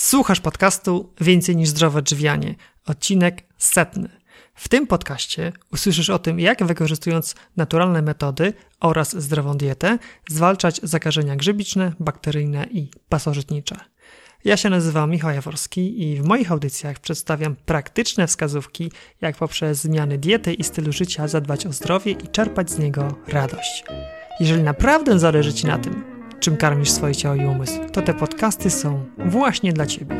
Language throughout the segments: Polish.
Słuchasz podcastu Więcej niż zdrowe odżywianie, odcinek 100. W tym podcaście usłyszysz o tym, jak wykorzystując naturalne metody oraz zdrową dietę zwalczać zakażenia grzybiczne, bakteryjne i pasożytnicze. Ja się nazywam Michał Jaworski i w moich audycjach przedstawiam praktyczne wskazówki, jak poprzez zmiany diety i stylu życia zadbać o zdrowie i czerpać z niego radość. Jeżeli naprawdę zależy Ci na tym, czym karmisz swoje ciało i umysł, to te podcasty są właśnie dla Ciebie.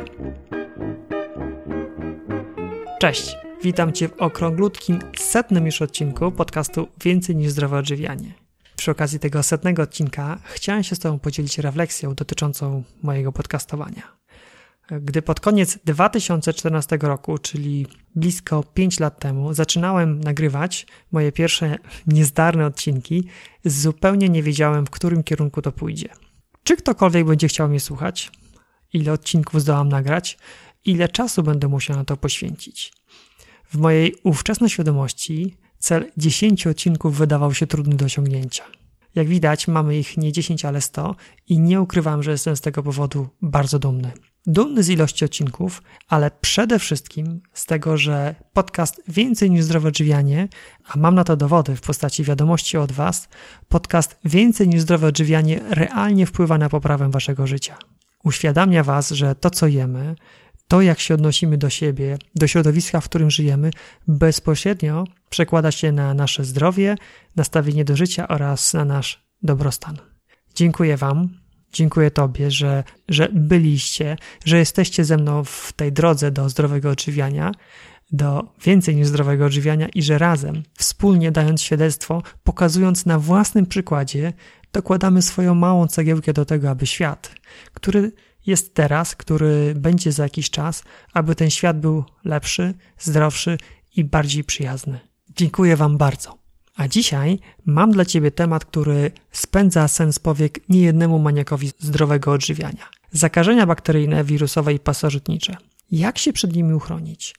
Cześć, witam Cię w okrąglutkim 100. już odcinku podcastu Więcej niż zdrowe odżywianie. Przy okazji tego 100. odcinka chciałem się z Tobą podzielić refleksją dotyczącą mojego podcastowania. Gdy pod koniec 2014 roku, czyli blisko 5 lat temu, zaczynałem nagrywać moje pierwsze niezdarne odcinki, zupełnie nie wiedziałem, w którym kierunku to pójdzie. Czy ktokolwiek będzie chciał mnie słuchać? Ile odcinków zdołam nagrać? Ile czasu będę musiał na to poświęcić? W mojej ówczesnej świadomości cel 10 odcinków wydawał się trudny do osiągnięcia. Jak widać, mamy ich nie 10, ale 100 i nie ukrywam, że jestem z tego powodu bardzo dumny. Dumny z ilości odcinków, ale przede wszystkim z tego, że podcast Więcej niż zdrowe odżywianie, a mam na to dowody w postaci wiadomości od Was, podcast Więcej niż zdrowe odżywianie realnie wpływa na poprawę Waszego życia. Uświadamia Was, że to, co jemy, to, jak się odnosimy do siebie, do środowiska, w którym żyjemy, bezpośrednio przekłada się na nasze zdrowie, nastawienie do życia oraz na nasz dobrostan. Dziękuję Wam, dziękuję Tobie, że byliście, że jesteście ze mną w tej drodze do zdrowego odżywiania, do więcej niż zdrowego odżywiania i że razem, wspólnie dając świadectwo, pokazując na własnym przykładzie, dokładamy swoją małą cegiełkę do tego, aby świat, który jest teraz, który będzie za jakiś czas, aby ten świat był lepszy, zdrowszy i bardziej przyjazny. Dziękuję Wam bardzo. A dzisiaj mam dla Ciebie temat, który spędza sen z powiek niejednemu maniakowi zdrowego odżywiania. Zakażenia bakteryjne, wirusowe i pasożytnicze. Jak się przed nimi uchronić?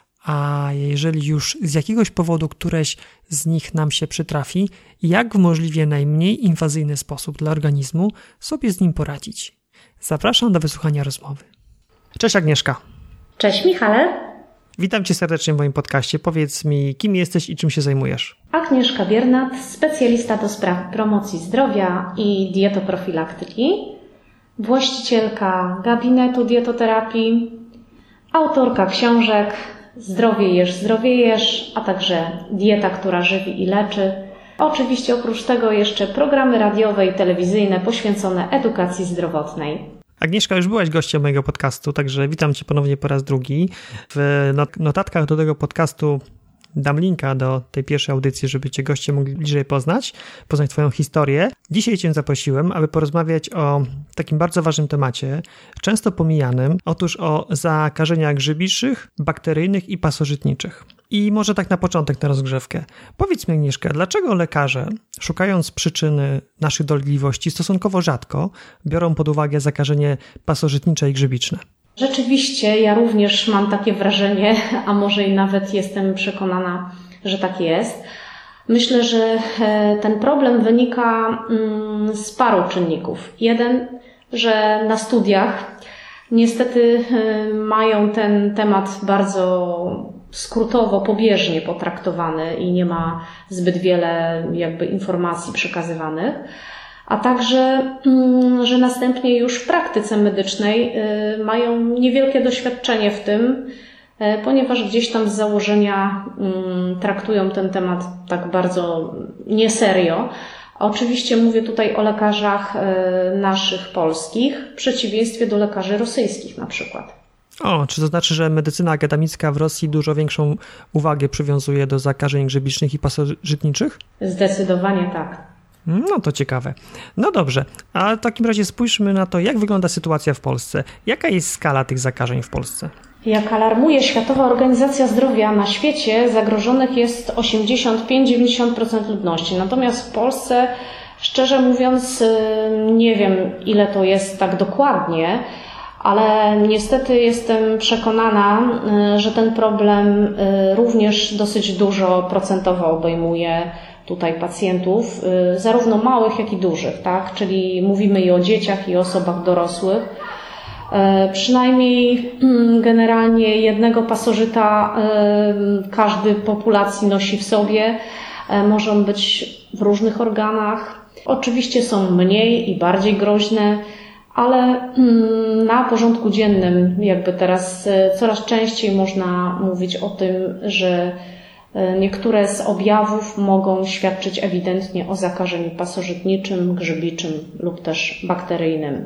A jeżeli już z jakiegoś powodu któreś z nich nam się przytrafi, jak w możliwie najmniej inwazyjny sposób dla organizmu sobie z nim poradzić? Zapraszam do wysłuchania rozmowy. Cześć Agnieszka. Cześć Michale. Witam Cię serdecznie w moim podcaście. Powiedz mi, kim jesteś i czym się zajmujesz? Agnieszka Biernat, specjalista do spraw promocji zdrowia i dietoprofilaktyki, właścicielka gabinetu dietoterapii, autorka książek Zdrowiejesz, a także Dieta, która żywi i leczy. Oczywiście oprócz tego jeszcze programy radiowe i telewizyjne poświęcone edukacji zdrowotnej. Agnieszka, już byłaś gościem mojego podcastu, także witam Cię ponownie po raz drugi. W notatkach do tego podcastu dam linka do tej pierwszej audycji, żeby Cię goście mogli bliżej poznać Twoją historię. Dzisiaj Cię zaprosiłem, aby porozmawiać o takim bardzo ważnym temacie, często pomijanym, otóż o zakażeniach grzybiczych, bakteryjnych i pasożytniczych. I może tak na początek, na rozgrzewkę. Powiedz mi Agnieszka, dlaczego lekarze, szukając przyczyny naszych dolegliwości, stosunkowo rzadko biorą pod uwagę zakażenie pasożytnicze i grzybiczne? Rzeczywiście, ja również mam takie wrażenie, a może i nawet jestem przekonana, że tak jest. Myślę, że ten problem wynika z paru czynników. Jeden, że na studiach niestety mają ten temat bardzo skrótowo, pobieżnie potraktowany i nie ma zbyt wiele informacji przekazywanych. A także, że następnie już w praktyce medycznej mają niewielkie doświadczenie w tym, ponieważ gdzieś tam z założenia traktują ten temat tak bardzo nieserio. Oczywiście mówię tutaj o lekarzach naszych polskich, w przeciwieństwie do lekarzy rosyjskich na przykład. Czy to znaczy, że medycyna akademicka w Rosji dużo większą uwagę przywiązuje do zakażeń grzybicznych i pasożytniczych? Zdecydowanie tak. No to ciekawe. No dobrze, a w takim razie spójrzmy na to, jak wygląda sytuacja w Polsce. Jaka jest skala tych zakażeń w Polsce? Jak alarmuje Światowa Organizacja Zdrowia, na świecie zagrożonych jest 85-90% ludności. Natomiast w Polsce, szczerze mówiąc, nie wiem ile to jest tak dokładnie, ale niestety jestem przekonana, że ten problem również dosyć dużo procentowo obejmuje tutaj pacjentów, zarówno małych, jak i dużych, tak? Czyli mówimy i o dzieciach, i o osobach dorosłych. Przynajmniej generalnie jednego pasożyta każdy populacji nosi w sobie. Może on być w różnych organach. Oczywiście są mniej i bardziej groźne, ale na porządku dziennym jakby teraz coraz częściej można mówić o tym, że niektóre z objawów mogą świadczyć ewidentnie o zakażeniu pasożytniczym, grzybiczym lub też bakteryjnym.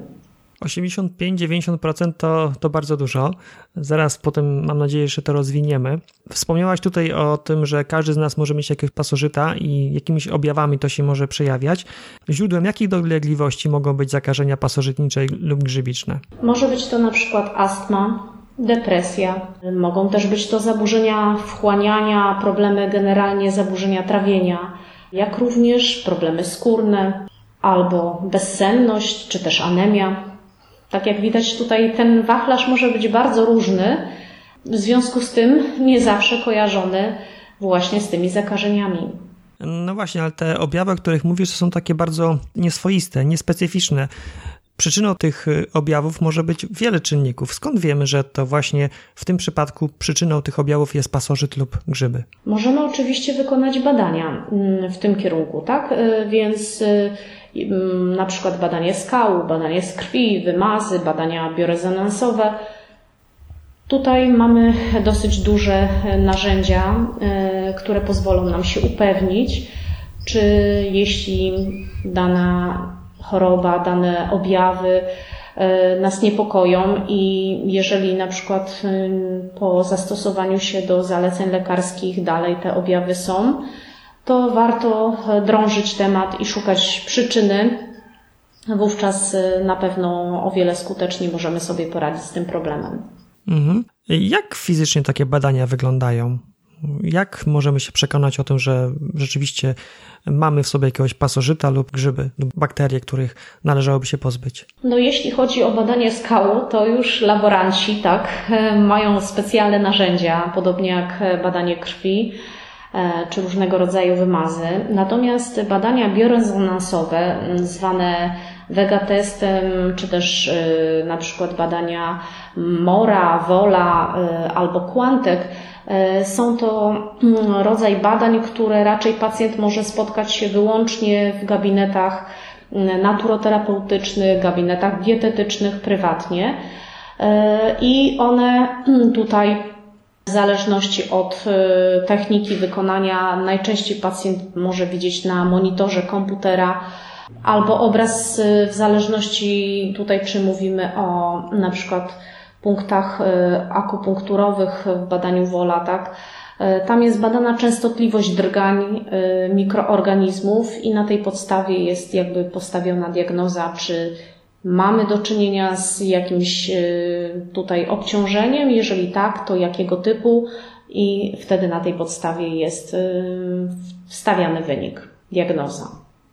85-90% to bardzo dużo. Zaraz potem mam nadzieję, że to rozwiniemy. Wspomniałaś tutaj o tym, że każdy z nas może mieć jakiegoś pasożyta i jakimiś objawami to się może przejawiać. Źródłem jakich dolegliwości mogą być zakażenia pasożytnicze lub grzybiczne? Może być to na przykład astma, depresja. Mogą też być to zaburzenia wchłaniania, problemy generalnie zaburzenia trawienia, jak również problemy skórne albo bezsenność, czy też anemia. Tak jak widać tutaj ten wachlarz może być bardzo różny, w związku z tym nie zawsze kojarzony właśnie z tymi zakażeniami. No właśnie, ale te objawy, o których mówisz, są takie bardzo nieswoiste, niespecyficzne. Przyczyną tych objawów może być wiele czynników. Skąd wiemy, że to właśnie w tym przypadku przyczyną tych objawów jest pasożyt lub grzyby? Możemy oczywiście wykonać badania w tym kierunku, tak? Więc na przykład badanie skał, badanie z krwi, wymazy, badania biorezonansowe. Tutaj mamy dosyć duże narzędzia, które pozwolą nam się upewnić, czy jeśli dana choroba, dane objawy nas niepokoją i jeżeli na przykład po zastosowaniu się do zaleceń lekarskich dalej te objawy są, to warto drążyć temat i szukać przyczyny. Wówczas na pewno o wiele skuteczniej możemy sobie poradzić z tym problemem. Jak fizycznie takie badania wyglądają? Jak możemy się przekonać o tym, że rzeczywiście mamy w sobie jakiegoś pasożyta lub grzyby lub bakterie, których należałoby się pozbyć? No jeśli chodzi o badanie skał, to już laboranci mają specjalne narzędzia, podobnie jak badanie krwi czy różnego rodzaju wymazy. Natomiast badania biorezonansowe, zwane Vega testem, czy też na przykład badania Mora, Wola albo Quantek, są to rodzaj badań, które raczej pacjent może spotkać się wyłącznie w gabinetach naturoterapeutycznych, gabinetach dietetycznych, prywatnie. I one tutaj w zależności od techniki wykonania najczęściej pacjent może widzieć na monitorze komputera albo obraz w zależności tutaj czy mówimy o na przykład punktach akupunkturowych w badaniu Wola, tak? Tam jest badana częstotliwość drgań mikroorganizmów i na tej podstawie jest jakby postawiona diagnoza, czy mamy do czynienia z jakimś tutaj obciążeniem, jeżeli tak, to jakiego typu i wtedy na tej podstawie jest wstawiany wynik, diagnoza.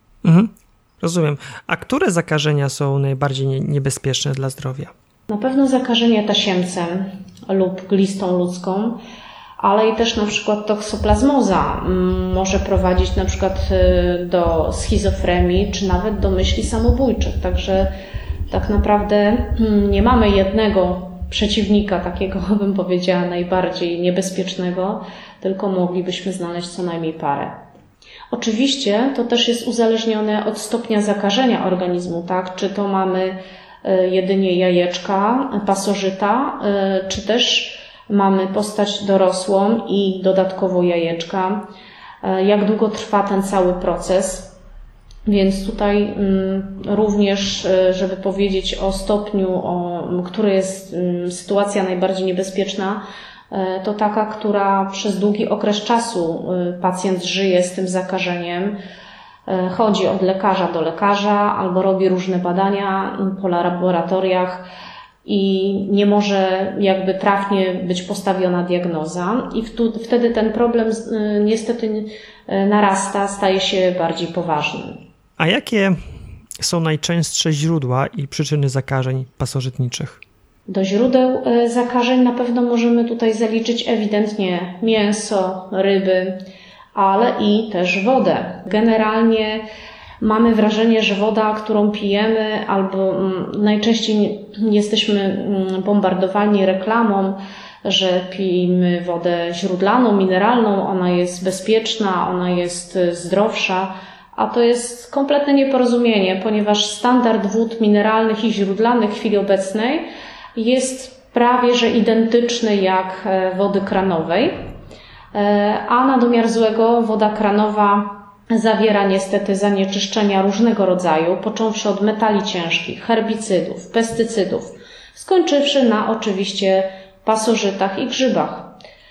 Rozumiem. A które zakażenia są najbardziej niebezpieczne dla zdrowia? Na pewno zakażenie tasiemcem lub glistą ludzką, ale i też na przykład toksoplazmoza może prowadzić na przykład do schizofrenii, czy nawet do myśli samobójczych. Także tak naprawdę nie mamy jednego przeciwnika, takiego bym powiedziała najbardziej niebezpiecznego, tylko moglibyśmy znaleźć co najmniej parę. Oczywiście to też jest uzależnione od stopnia zakażenia organizmu, tak? Czy to mamy jedynie jajeczka, pasożyta, czy też mamy postać dorosłą i dodatkowo jajeczka. Jak długo trwa ten cały proces? Więc tutaj również, żeby powiedzieć o stopniu, która jest sytuacja najbardziej niebezpieczna, to taka, która przez długi okres czasu pacjent żyje z tym zakażeniem, chodzi od lekarza do lekarza albo robi różne badania po laboratoriach i nie może jakby trafnie być postawiona diagnoza i wtedy ten problem niestety narasta, staje się bardziej poważny. A jakie są najczęstsze źródła i przyczyny zakażeń pasożytniczych? Do źródeł zakażeń na pewno możemy tutaj zaliczyć ewidentnie mięso, ryby, ale i też wodę. Generalnie mamy wrażenie, że woda, którą pijemy, albo najczęściej jesteśmy bombardowani reklamą, że pijemy wodę źródlaną, mineralną, ona jest bezpieczna, ona jest zdrowsza, a to jest kompletne nieporozumienie, ponieważ standard wód mineralnych i źródlanych w chwili obecnej jest prawie że identyczny jak wody kranowej, a na domiar złego woda kranowa zawiera niestety zanieczyszczenia różnego rodzaju, począwszy od metali ciężkich, herbicydów, pestycydów, skończywszy na oczywiście pasożytach i grzybach.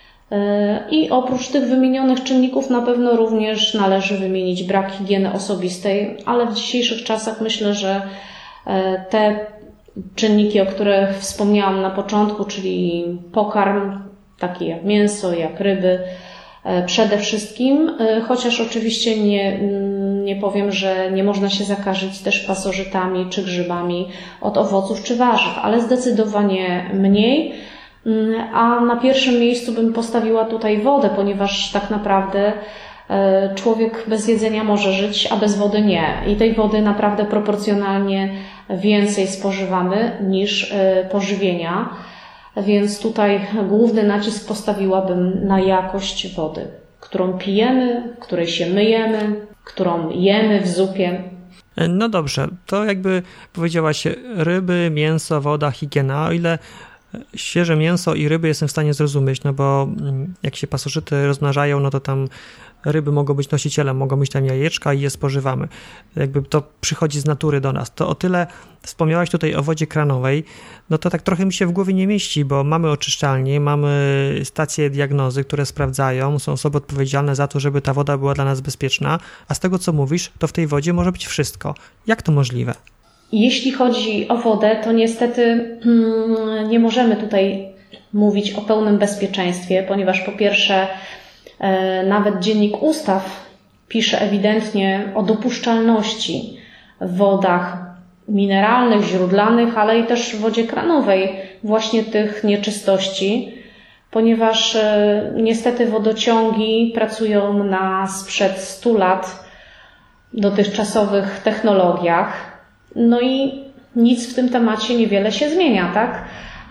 I oprócz tych wymienionych czynników na pewno również należy wymienić brak higieny osobistej, ale w dzisiejszych czasach myślę, że te czynniki, o których wspomniałam na początku, czyli pokarm, taki jak mięso, jak ryby, przede wszystkim, chociaż oczywiście nie powiem, że nie można się zakażyć też pasożytami czy grzybami od owoców czy warzyw, ale zdecydowanie mniej. A na pierwszym miejscu bym postawiła tutaj wodę, ponieważ tak naprawdę człowiek bez jedzenia może żyć, a bez wody nie. I tej wody naprawdę proporcjonalnie więcej spożywamy niż pożywienia. Więc tutaj główny nacisk postawiłabym na jakość wody, którą pijemy, której się myjemy, którą jemy w zupie. No dobrze, to jakby powiedziałaś ryby, mięso, woda, higiena, o ile świeże mięso i ryby jestem w stanie zrozumieć, no bo jak się pasożyty rozmnażają, no to tam ryby mogą być nosicielem, mogą być tam jajeczka i je spożywamy. Jakby to przychodzi z natury do nas. To o tyle wspomniałaś tutaj o wodzie kranowej, no to tak trochę mi się w głowie nie mieści, bo mamy oczyszczalnie, mamy stacje diagnozy, które sprawdzają, są osoby odpowiedzialne za to, żeby ta woda była dla nas bezpieczna, a z tego co mówisz, to w tej wodzie może być wszystko. Jak to możliwe? Jeśli chodzi o wodę, to niestety nie możemy tutaj mówić o pełnym bezpieczeństwie, ponieważ po pierwsze nawet Dziennik Ustaw pisze ewidentnie o dopuszczalności w wodach mineralnych, źródlanych, ale i też w wodzie kranowej właśnie tych nieczystości, ponieważ niestety wodociągi pracują na sprzed 100 lat dotychczasowych technologiach. No i nic w tym temacie niewiele się zmienia, tak?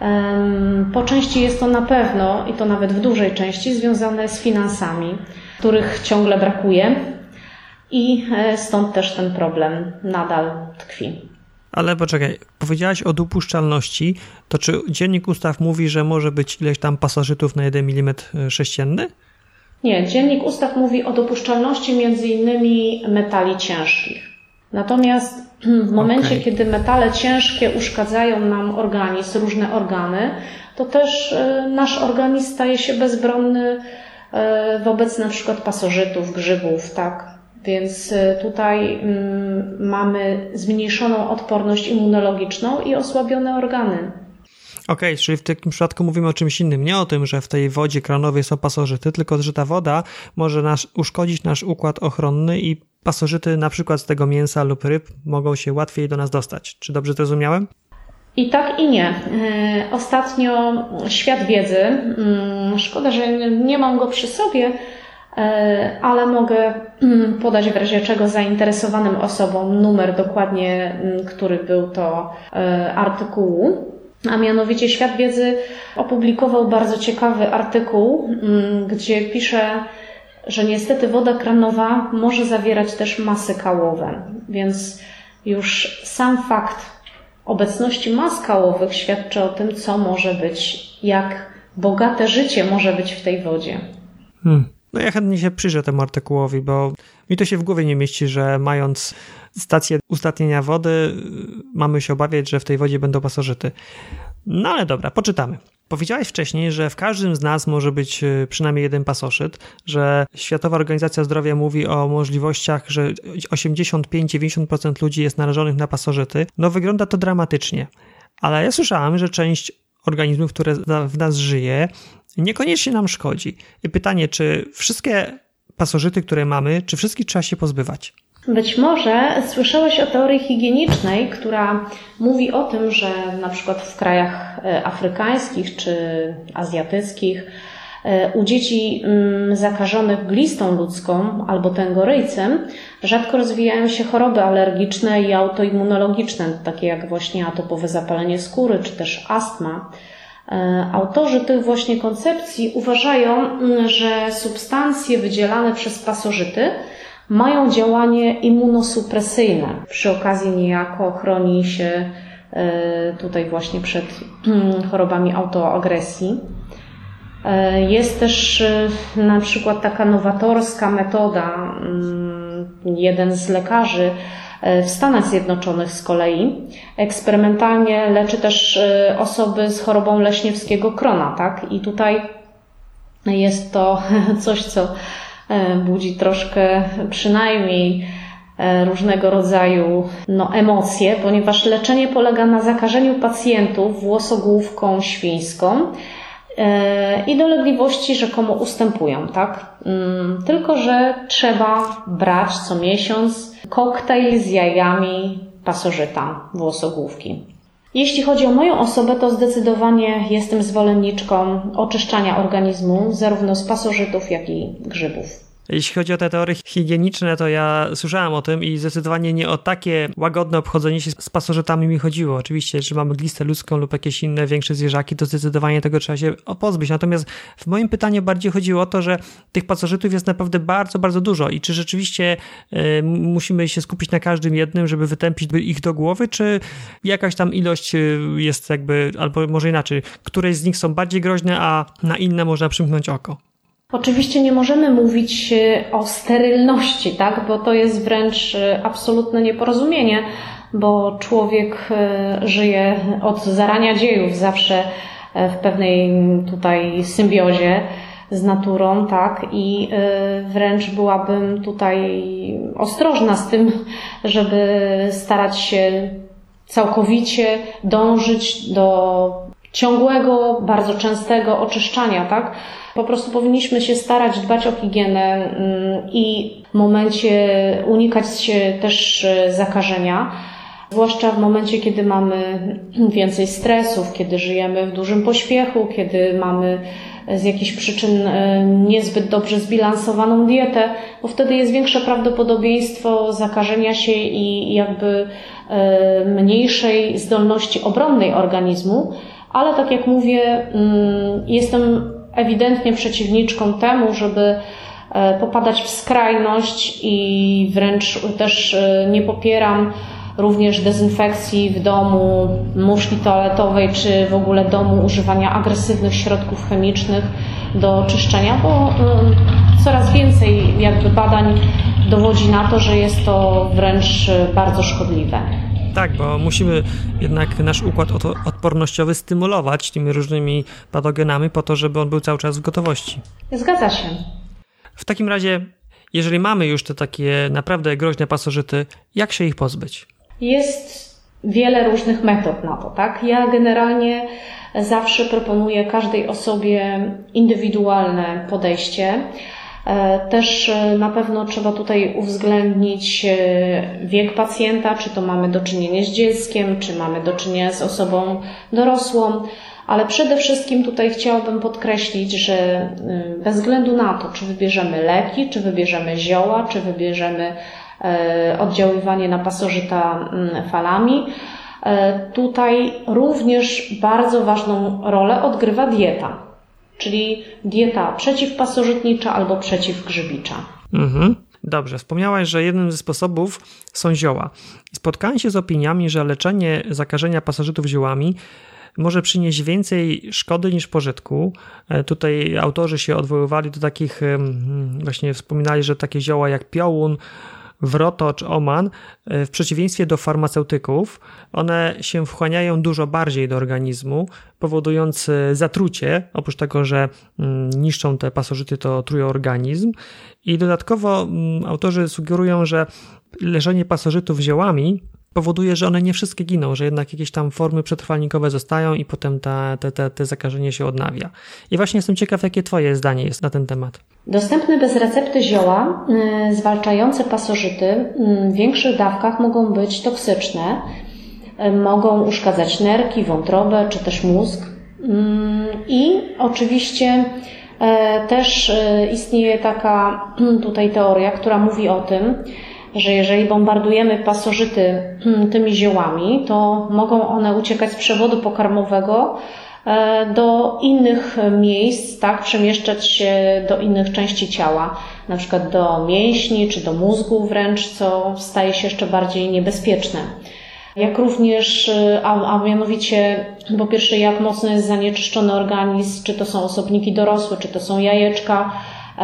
Po części jest to na pewno, i to nawet w dużej części, związane z finansami, których ciągle brakuje i stąd też ten problem nadal tkwi. Ale poczekaj, powiedziałaś o dopuszczalności, to czy Dziennik Ustaw mówi, że może być ileś tam pasożytów na 1 mm3? Nie, Dziennik Ustaw mówi o dopuszczalności między innymi metali ciężkich. Natomiast w momencie, kiedy metale ciężkie uszkadzają nam organizm, różne organy, to też nasz organizm staje się bezbronny wobec na przykład pasożytów, grzybów, tak? Więc tutaj mamy zmniejszoną odporność immunologiczną i osłabione organy. Okej, czyli w takim przypadku mówimy o czymś innym. Nie o tym, że w tej wodzie kranowej są pasożyty, tylko że ta woda może uszkodzić nasz układ ochronny i pasożyty na przykład z tego mięsa lub ryb mogą się łatwiej do nas dostać. Czy dobrze zrozumiałem? I tak i nie. Ostatnio Świat Wiedzy, szkoda, że nie mam go przy sobie, ale mogę podać w razie czego zainteresowanym osobom numer dokładnie, który był to artykułu. A mianowicie Świat Wiedzy opublikował bardzo ciekawy artykuł, gdzie pisze, że niestety woda kranowa może zawierać też masy kałowe. Więc już sam fakt obecności mas kałowych świadczy o tym, co może być, jak bogate życie może być w tej wodzie. No ja chętnie się przyjrzę temu artykułowi, bo mi to się w głowie nie mieści, że mając stację ustatnienia wody, mamy się obawiać, że w tej wodzie będą pasożyty. No ale dobra, poczytamy. Powiedziałeś wcześniej, że w każdym z nas może być przynajmniej jeden pasożyt, że Światowa Organizacja Zdrowia mówi o możliwościach, że 85-90% ludzi jest narażonych na pasożyty. No wygląda to dramatycznie, ale ja słyszałem, że część organizmów, które w nas żyje, niekoniecznie nam szkodzi. I pytanie, czy wszystkie pasożyty, które mamy, czy wszystkich trzeba się pozbywać? Być może słyszałeś o teorii higienicznej, która mówi o tym, że na przykład w krajach afrykańskich czy azjatyckich U dzieci zakażonych glistą ludzką albo tęgoryjcem rzadko rozwijają się choroby alergiczne i autoimmunologiczne, takie jak właśnie atopowe zapalenie skóry czy też astma. Autorzy tych właśnie koncepcji uważają, że substancje wydzielane przez pasożyty mają działanie immunosupresyjne. Przy okazji niejako chroni się tutaj właśnie przed chorobami autoagresji. Jest też na przykład taka nowatorska metoda, jeden z lekarzy w Stanach Zjednoczonych z kolei eksperymentalnie leczy też osoby z chorobą leśniewskiego krona, tak? I tutaj jest to coś, co budzi troszkę przynajmniej różnego rodzaju emocje, ponieważ leczenie polega na zakażeniu pacjentów włosogłówką świńską i dolegliwości rzekomo ustępują, tak? Tylko że trzeba brać co miesiąc koktajl z jajami pasożyta włosogłówki. Jeśli chodzi o moją osobę, to zdecydowanie jestem zwolenniczką oczyszczania organizmu zarówno z pasożytów, jak i grzybów. Jeśli chodzi o te teorie higieniczne, to ja słyszałem o tym i zdecydowanie nie o takie łagodne obchodzenie się z pasożytami mi chodziło. Oczywiście, jeżeli mamy glistę ludzką lub jakieś inne większe zwierzaki, to zdecydowanie tego trzeba się pozbyć. Natomiast w moim pytaniu bardziej chodziło o to, że tych pasożytów jest naprawdę bardzo, bardzo dużo i czy rzeczywiście musimy się skupić na każdym jednym, żeby wytępić ich do głowy, czy jakaś tam ilość jest jakby, albo może inaczej, któreś z nich są bardziej groźne, a na inne można przymknąć oko? Oczywiście nie możemy mówić o sterylności, tak? Bo to jest wręcz absolutne nieporozumienie, bo człowiek żyje od zarania dziejów zawsze w pewnej tutaj symbiozie z naturą, tak? I wręcz byłabym tutaj ostrożna z tym, żeby starać się całkowicie dążyć do ciągłego, bardzo częstego oczyszczania, tak? Po prostu powinniśmy się starać dbać o higienę i w momencie unikać też zakażenia, zwłaszcza w momencie, kiedy mamy więcej stresów, kiedy żyjemy w dużym pośpiechu, kiedy mamy z jakichś przyczyn niezbyt dobrze zbilansowaną dietę, bo wtedy jest większe prawdopodobieństwo zakażenia się i jakby mniejszej zdolności obronnej organizmu, ale tak jak mówię, jestem ewidentnie przeciwniczką temu, żeby popadać w skrajność i wręcz też nie popieram również dezynfekcji w domu, muszli toaletowej czy w ogóle domu, używania agresywnych środków chemicznych do czyszczenia, bo coraz więcej jakby badań dowodzi na to, że jest to wręcz bardzo szkodliwe. Tak, bo musimy jednak nasz układ odpornościowy stymulować tymi różnymi patogenami po to, żeby on był cały czas w gotowości. Zgadza się. W takim razie, jeżeli mamy już te takie naprawdę groźne pasożyty, jak się ich pozbyć? Jest wiele różnych metod na to, tak? Ja generalnie zawsze proponuję każdej osobie indywidualne podejście. Też na pewno trzeba tutaj uwzględnić wiek pacjenta, czy to mamy do czynienia z dzieckiem, czy mamy do czynienia z osobą dorosłą, ale przede wszystkim tutaj chciałabym podkreślić, że bez względu na to, czy wybierzemy leki, czy wybierzemy zioła, czy wybierzemy oddziaływanie na pasożyta falami, tutaj również bardzo ważną rolę odgrywa dieta. Czyli dieta przeciwpasożytnicza albo przeciwgrzybicza. Dobrze, wspomniałaś, że jednym ze sposobów są zioła. Spotkałem się z opiniami, że leczenie zakażenia pasożytów ziołami może przynieść więcej szkody niż pożytku. Tutaj autorzy się odwoływali do takich, właśnie wspominali, że takie zioła jak piołun, wrotocz, oman, w przeciwieństwie do farmaceutyków, one się wchłaniają dużo bardziej do organizmu, powodując zatrucie, oprócz tego, że niszczą te pasożyty, to trują organizm. I dodatkowo autorzy sugerują, że leczenie pasożytów ziołami powoduje, że one nie wszystkie giną, że jednak jakieś tam formy przetrwalnikowe zostają i potem te zakażenie się odnawia. I właśnie jestem ciekaw, jakie Twoje zdanie jest na ten temat. Dostępne bez recepty zioła zwalczające pasożyty w większych dawkach mogą być toksyczne, mogą uszkadzać nerki, wątrobę czy też mózg. I oczywiście Też istnieje taka tutaj teoria, która mówi o tym, że jeżeli bombardujemy pasożyty tymi ziołami, to mogą one uciekać z przewodu pokarmowego do innych miejsc, tak, przemieszczać się do innych części ciała, na przykład do mięśni czy do mózgu wręcz, co staje się jeszcze bardziej niebezpieczne. Jak również, a mianowicie po pierwsze jak mocno jest zanieczyszczony organizm, czy to są osobniki dorosłe, czy to są jajeczka,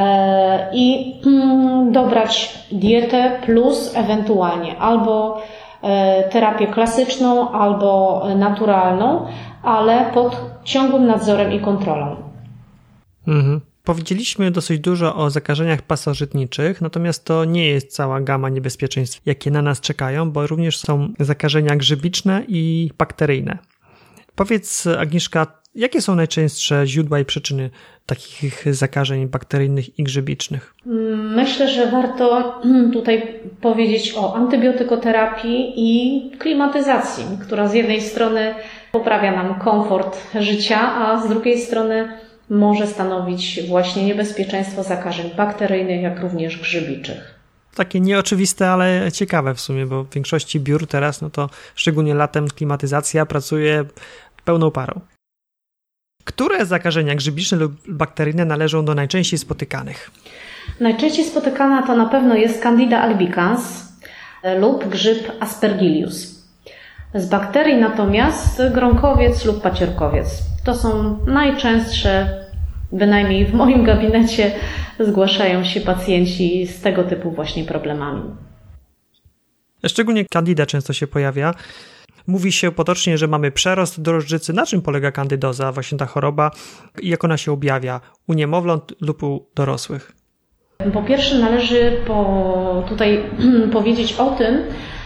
i dobrać dietę plus ewentualnie albo terapię klasyczną, albo naturalną, ale pod ciągłym nadzorem i kontrolą. Powiedzieliśmy dosyć dużo o zakażeniach pasożytniczych, natomiast to nie jest cała gama niebezpieczeństw, jakie na nas czekają, bo również są zakażenia grzybiczne i bakteryjne. Powiedz, Agnieszka, jakie są najczęstsze źródła i przyczyny takich zakażeń bakteryjnych i grzybicznych? Myślę, że warto tutaj powiedzieć o antybiotykoterapii i klimatyzacji, która z jednej strony poprawia nam komfort życia, a z drugiej strony może stanowić właśnie niebezpieczeństwo zakażeń bakteryjnych, jak również grzybiczych. Takie nieoczywiste, ale ciekawe w sumie, bo w większości biur teraz, no to szczególnie latem klimatyzacja pracuje pełną parą. Które zakażenia grzybiczne lub bakteryjne należą do najczęściej spotykanych? Najczęściej spotykana to na pewno jest Candida albicans lub grzyb Aspergillus. Z bakterii natomiast gronkowiec lub paciorkowiec. To są najczęstsze, bynajmniej w moim gabinecie zgłaszają się pacjenci z tego typu właśnie problemami. Szczególnie Candida często się pojawia. Mówi się potocznie, że mamy przerost drożdżycy. Na czym polega kandydoza, właśnie ta choroba i jak ona się objawia u niemowląt lub u dorosłych? Po pierwsze należy tutaj powiedzieć o tym,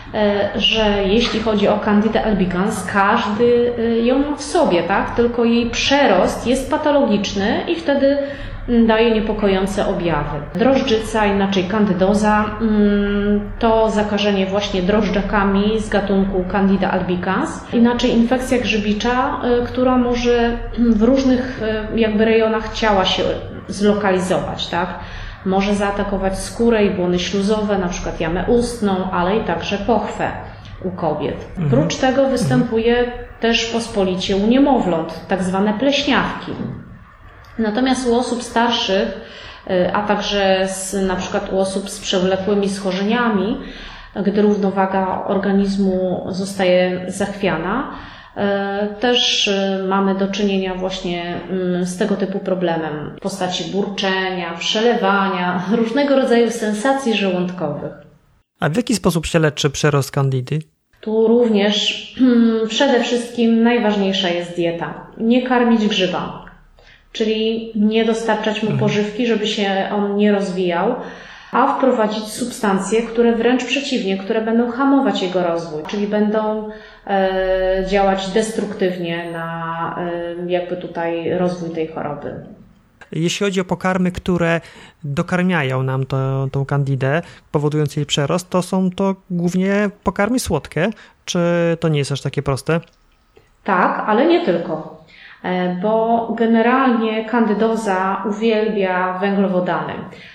że jeśli chodzi o Candida albicans, każdy ją ma w sobie, tak? Tylko jej przerost jest patologiczny i wtedy daje niepokojące objawy. Drożdżyca, inaczej kandydoza, to zakażenie właśnie drożdżakami z gatunku Candida albicans. Inaczej infekcja grzybicza, która może w różnych jakby rejonach ciała się zlokalizować, tak? Może zaatakować skórę i błony śluzowe, na przykład jamę ustną, ale i także pochwę u kobiet. Oprócz tego występuje też pospolicie u niemowląt, tak zwane pleśniawki. Natomiast u osób starszych, a także na przykład u osób z przewlekłymi schorzeniami, gdy równowaga organizmu zostaje zachwiana, też mamy do czynienia właśnie z tego typu problemem w postaci burczenia, przelewania, różnego rodzaju sensacji żołądkowych. A w jaki sposób się leczy przerost kandidy? Tu również przede wszystkim najważniejsza jest dieta. Nie karmić grzyba, czyli nie dostarczać mu pożywki, żeby się on nie rozwijał, a wprowadzić substancje, które wręcz przeciwnie, które będą hamować jego rozwój, czyli będą działać destruktywnie na jakby tutaj rozwój tej choroby. Jeśli chodzi o pokarmy, które dokarmiają nam tą kandidę, powodując jej przerost, to są to głównie pokarmy słodkie, czy to nie jest aż takie proste? Tak, ale nie tylko, bo generalnie kandydoza uwielbia węglowodany.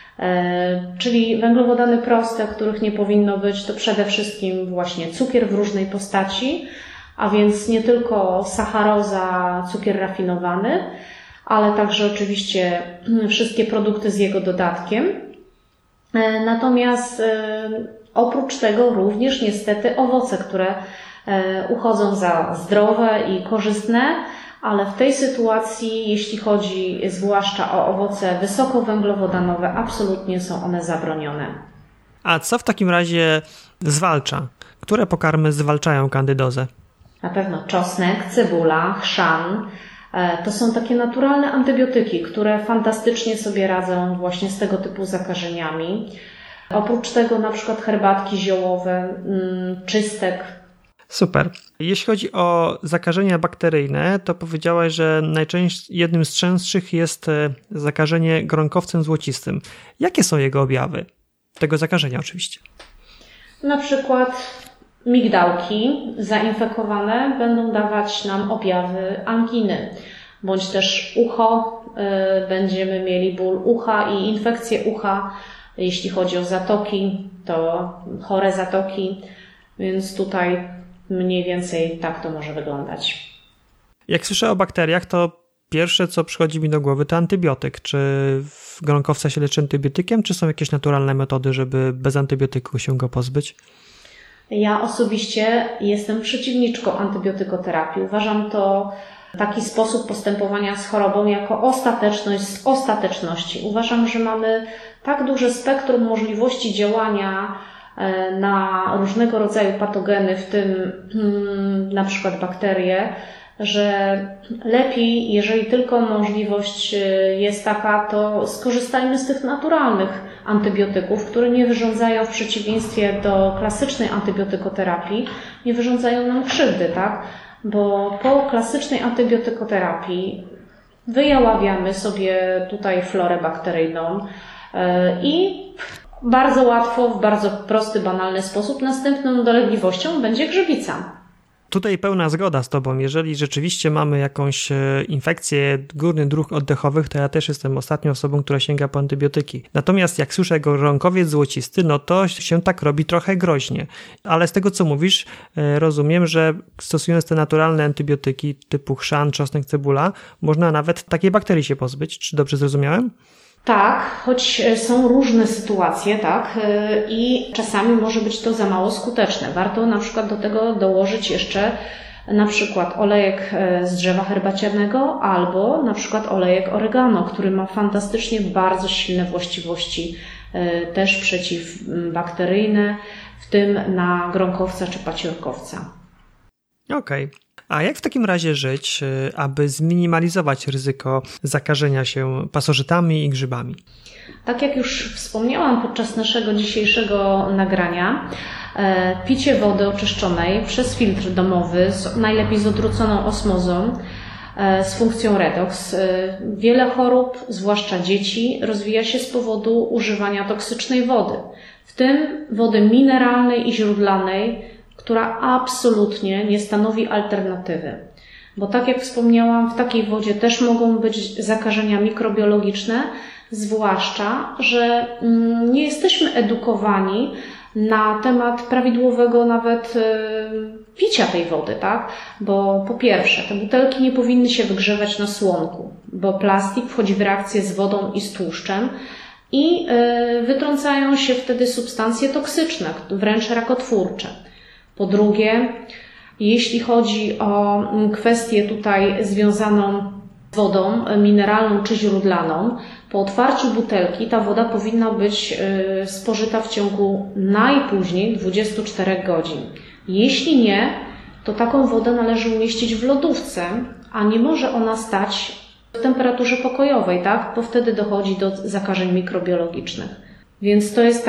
Czyli węglowodany proste, których nie powinno być, to przede wszystkim właśnie cukier w różnej postaci, a więc nie tylko sacharoza, cukier rafinowany, ale także oczywiście wszystkie produkty z jego dodatkiem. Natomiast oprócz tego również niestety owoce, które uchodzą za zdrowe i korzystne, ale w tej sytuacji, jeśli chodzi zwłaszcza o owoce wysokowęglowodanowe, absolutnie są one zabronione. A co w takim razie zwalcza? Które pokarmy zwalczają kandydozę? Na pewno czosnek, cebula, chrzan. To są takie naturalne antybiotyki, które fantastycznie sobie radzą właśnie z tego typu zakażeniami. Oprócz tego na przykład herbatki ziołowe, czystek. Super. Jeśli chodzi o zakażenia bakteryjne, to powiedziałaś, że jednym z częstszych jest zakażenie gronkowcem złocistym. Jakie są jego objawy? Tego zakażenia oczywiście. Na przykład migdałki zainfekowane będą dawać nam objawy anginy. bądź też ucho, będziemy mieli ból ucha i infekcje ucha. Jeśli chodzi o zatoki, to chore zatoki, więc tutaj mniej więcej tak to może wyglądać. Jak słyszę o bakteriach, to pierwsze, co przychodzi mi do głowy, to antybiotyk. Czy gronkowca się leczy antybiotykiem, czy są jakieś naturalne metody, żeby bez antybiotyku się go pozbyć? Ja osobiście jestem przeciwniczką antybiotykoterapii. Uważam to taki sposób postępowania z chorobą jako ostateczność z ostateczności. Uważam, że mamy tak duże spektrum możliwości działania na różnego rodzaju patogeny, w tym na przykład bakterie, że lepiej, jeżeli tylko możliwość jest taka, to skorzystajmy z tych naturalnych antybiotyków, które nie wyrządzają, w przeciwieństwie do klasycznej antybiotykoterapii, nie wyrządzają nam krzywdy, tak? Bo po klasycznej antybiotykoterapii wyjaławiamy sobie tutaj florę bakteryjną i bardzo łatwo, w bardzo prosty, banalny sposób następną dolegliwością będzie grzybica. Tutaj pełna zgoda z Tobą. Jeżeli rzeczywiście mamy jakąś infekcję górnych dróg oddechowych, to ja też jestem ostatnią osobą, która sięga po antybiotyki. Natomiast jak słyszę gronkowiec złocisty, no to się tak robi trochę groźnie. Ale z tego, co mówisz, rozumiem, że stosując te naturalne antybiotyki typu chrzan, czosnek, cebula, można nawet takiej bakterii się pozbyć. Czy dobrze zrozumiałem? Tak, choć są różne sytuacje, tak, i czasami może być to za mało skuteczne. Warto na przykład do tego dołożyć jeszcze na przykład olejek z drzewa herbacianego albo na przykład olejek oregano, który ma fantastycznie bardzo silne właściwości też przeciwbakteryjne, w tym na gronkowca czy paciorkowca. Okej. A jak w takim razie żyć, aby zminimalizować ryzyko zakażenia się pasożytami i grzybami? Tak jak już wspomniałam podczas naszego dzisiejszego nagrania, picie wody oczyszczonej przez filtr domowy, najlepiej z odwróconą osmozą, z funkcją redox. Wiele chorób, zwłaszcza dzieci, rozwija się z powodu używania toksycznej wody, w tym wody mineralnej i źródlanej, która absolutnie nie stanowi alternatywy. Bo tak jak wspomniałam, w takiej wodzie też mogą być zakażenia mikrobiologiczne, zwłaszcza, że nie jesteśmy edukowani na temat prawidłowego nawet picia tej wody, tak? Bo po pierwsze, te butelki nie powinny się wygrzewać na słonku, bo plastik wchodzi w reakcję z wodą i z tłuszczem i wytrącają się wtedy substancje toksyczne, wręcz rakotwórcze. Po drugie, jeśli chodzi o kwestię tutaj związaną z wodą mineralną czy źródlaną, po otwarciu butelki ta woda powinna być spożyta w ciągu najpóźniej 24 godzin. Jeśli nie, to taką wodę należy umieścić w lodówce, a nie może ona stać w temperaturze pokojowej, tak? Bo wtedy dochodzi do zakażeń mikrobiologicznych. Więc to jest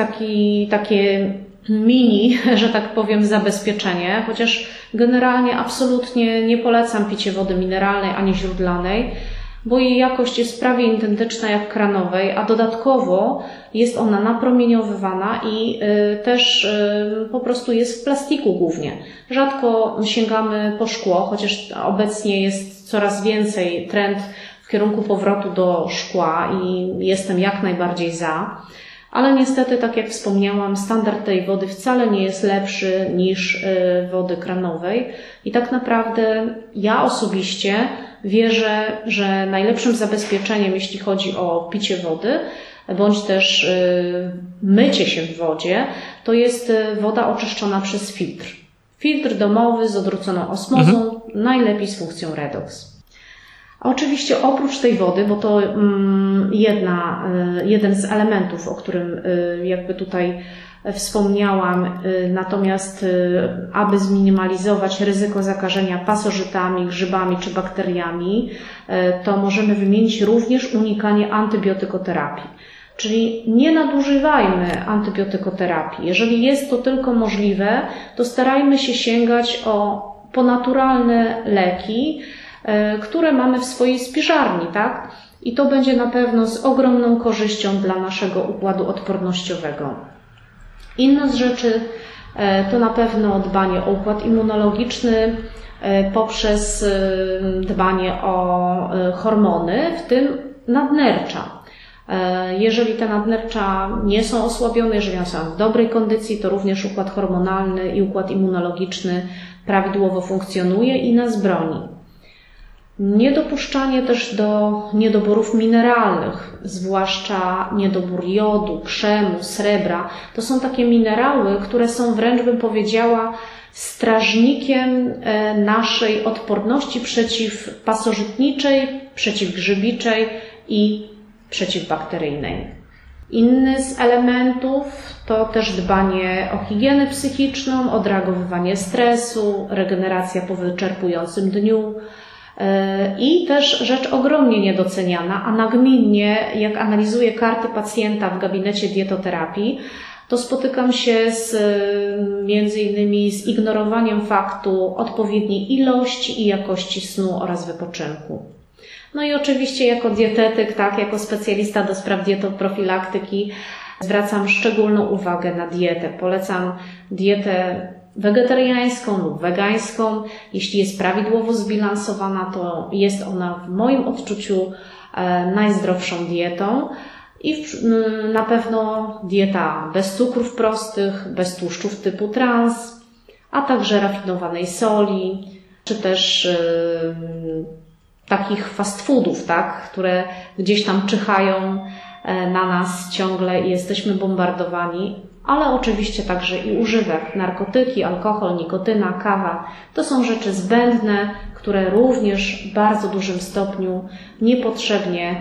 takie mini, że tak powiem, zabezpieczenie, chociaż generalnie absolutnie nie polecam picie wody mineralnej ani źródlanej, bo jej jakość jest prawie identyczna jak kranowej, a dodatkowo jest ona napromieniowywana i też po prostu jest w plastiku głównie. Rzadko sięgamy po szkło, chociaż obecnie jest coraz więcej trend w kierunku powrotu do szkła i jestem jak najbardziej za. Ale niestety, tak jak wspomniałam, standard tej wody wcale nie jest lepszy niż wody kranowej i tak naprawdę ja osobiście wierzę, że najlepszym zabezpieczeniem, jeśli chodzi o picie wody, bądź też mycie się w wodzie, to jest woda oczyszczona przez filtr. Filtr domowy z odwróconą osmozą, najlepiej z funkcją redox. A oczywiście oprócz tej wody, bo to jeden z elementów, o którym jakby tutaj wspomniałam, natomiast aby zminimalizować ryzyko zakażenia pasożytami, grzybami czy bakteriami, to możemy wymienić również unikanie antybiotykoterapii. Czyli nie nadużywajmy antybiotykoterapii. Jeżeli jest to tylko możliwe, to starajmy się sięgać po naturalne leki, które mamy w swojej spiżarni, tak? I to będzie na pewno z ogromną korzyścią dla naszego układu odpornościowego. Inna z rzeczy, to na pewno dbanie o układ immunologiczny poprzez dbanie o hormony, w tym nadnercza. Jeżeli te nadnercza nie są osłabione, jeżeli one są w dobrej kondycji, to również układ hormonalny i układ immunologiczny prawidłowo funkcjonuje i nas broni. Niedopuszczanie też do niedoborów mineralnych, zwłaszcza niedobór jodu, krzemu, srebra. To są takie minerały, które są wręcz, bym powiedziała, strażnikiem naszej odporności przeciwpasożytniczej, przeciwgrzybiczej i przeciwbakteryjnej. Inny z elementów to też dbanie o higienę psychiczną, odreagowywanie stresu, regeneracja po wyczerpującym dniu i też rzecz ogromnie niedoceniana, a nagminnie jak analizuję karty pacjenta w gabinecie dietoterapii, to spotykam się między innymi z ignorowaniem faktu odpowiedniej ilości i jakości snu oraz wypoczynku. No i oczywiście jako dietetyk, tak, jako specjalista do spraw dietoprofilaktyki zwracam szczególną uwagę na dietę. Polecam dietę wegetariańską lub wegańską. Jeśli jest prawidłowo zbilansowana, to jest ona w moim odczuciu najzdrowszą dietą. I na pewno dieta bez cukrów prostych, bez tłuszczów typu trans, a także rafinowanej soli, czy też takich fast foodów, tak, które gdzieś tam czyhają na nas ciągle i jesteśmy bombardowani, ale oczywiście także i używek, narkotyki, alkohol, nikotyna, kawa. To są rzeczy zbędne, które również w bardzo dużym stopniu niepotrzebnie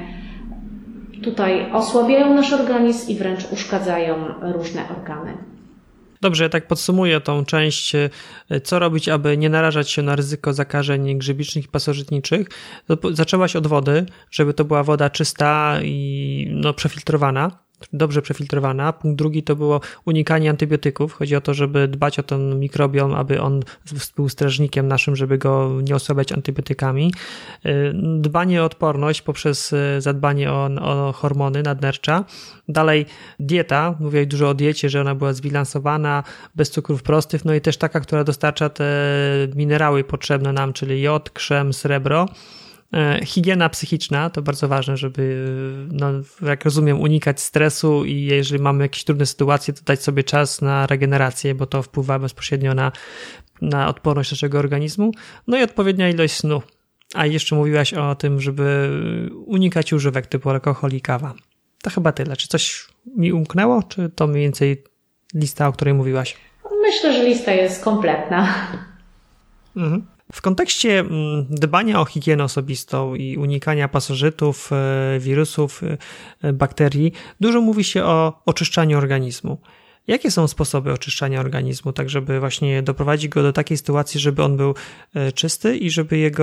tutaj osłabiają nasz organizm i wręcz uszkadzają różne organy. Dobrze, ja tak podsumuję tą część, co robić, aby nie narażać się na ryzyko zakażeń grzybicznych i pasożytniczych. Zaczęłaś od wody, żeby to była woda czysta i przefiltrowana, dobrze przefiltrowana. Punkt drugi to było unikanie antybiotyków. Chodzi o to, żeby dbać o ten mikrobiom, aby on był strażnikiem naszym, żeby go nie osłabiać antybiotykami. Dbanie o odporność poprzez zadbanie o hormony nadnercza. Dalej dieta, mówię dużo o diecie, że ona była zbilansowana, bez cukrów prostych, no i też taka, która dostarcza te minerały potrzebne nam, czyli jod, krzem, srebro. Higiena psychiczna to bardzo ważne, żeby, jak rozumiem, unikać stresu i jeżeli mamy jakieś trudne sytuacje, to dać sobie czas na regenerację, bo to wpływa bezpośrednio na odporność naszego organizmu. No i odpowiednia ilość snu. A jeszcze mówiłaś o tym, żeby unikać używek typu alkohol i kawa. To chyba tyle. Czy coś mi umknęło, czy to mniej więcej lista, o której mówiłaś? Myślę, że lista jest kompletna. Mhm. W kontekście dbania o higienę osobistą i unikania pasożytów, wirusów, bakterii, dużo mówi się o oczyszczaniu organizmu. Jakie są sposoby oczyszczania organizmu, tak żeby właśnie doprowadzić go do takiej sytuacji, żeby on był czysty i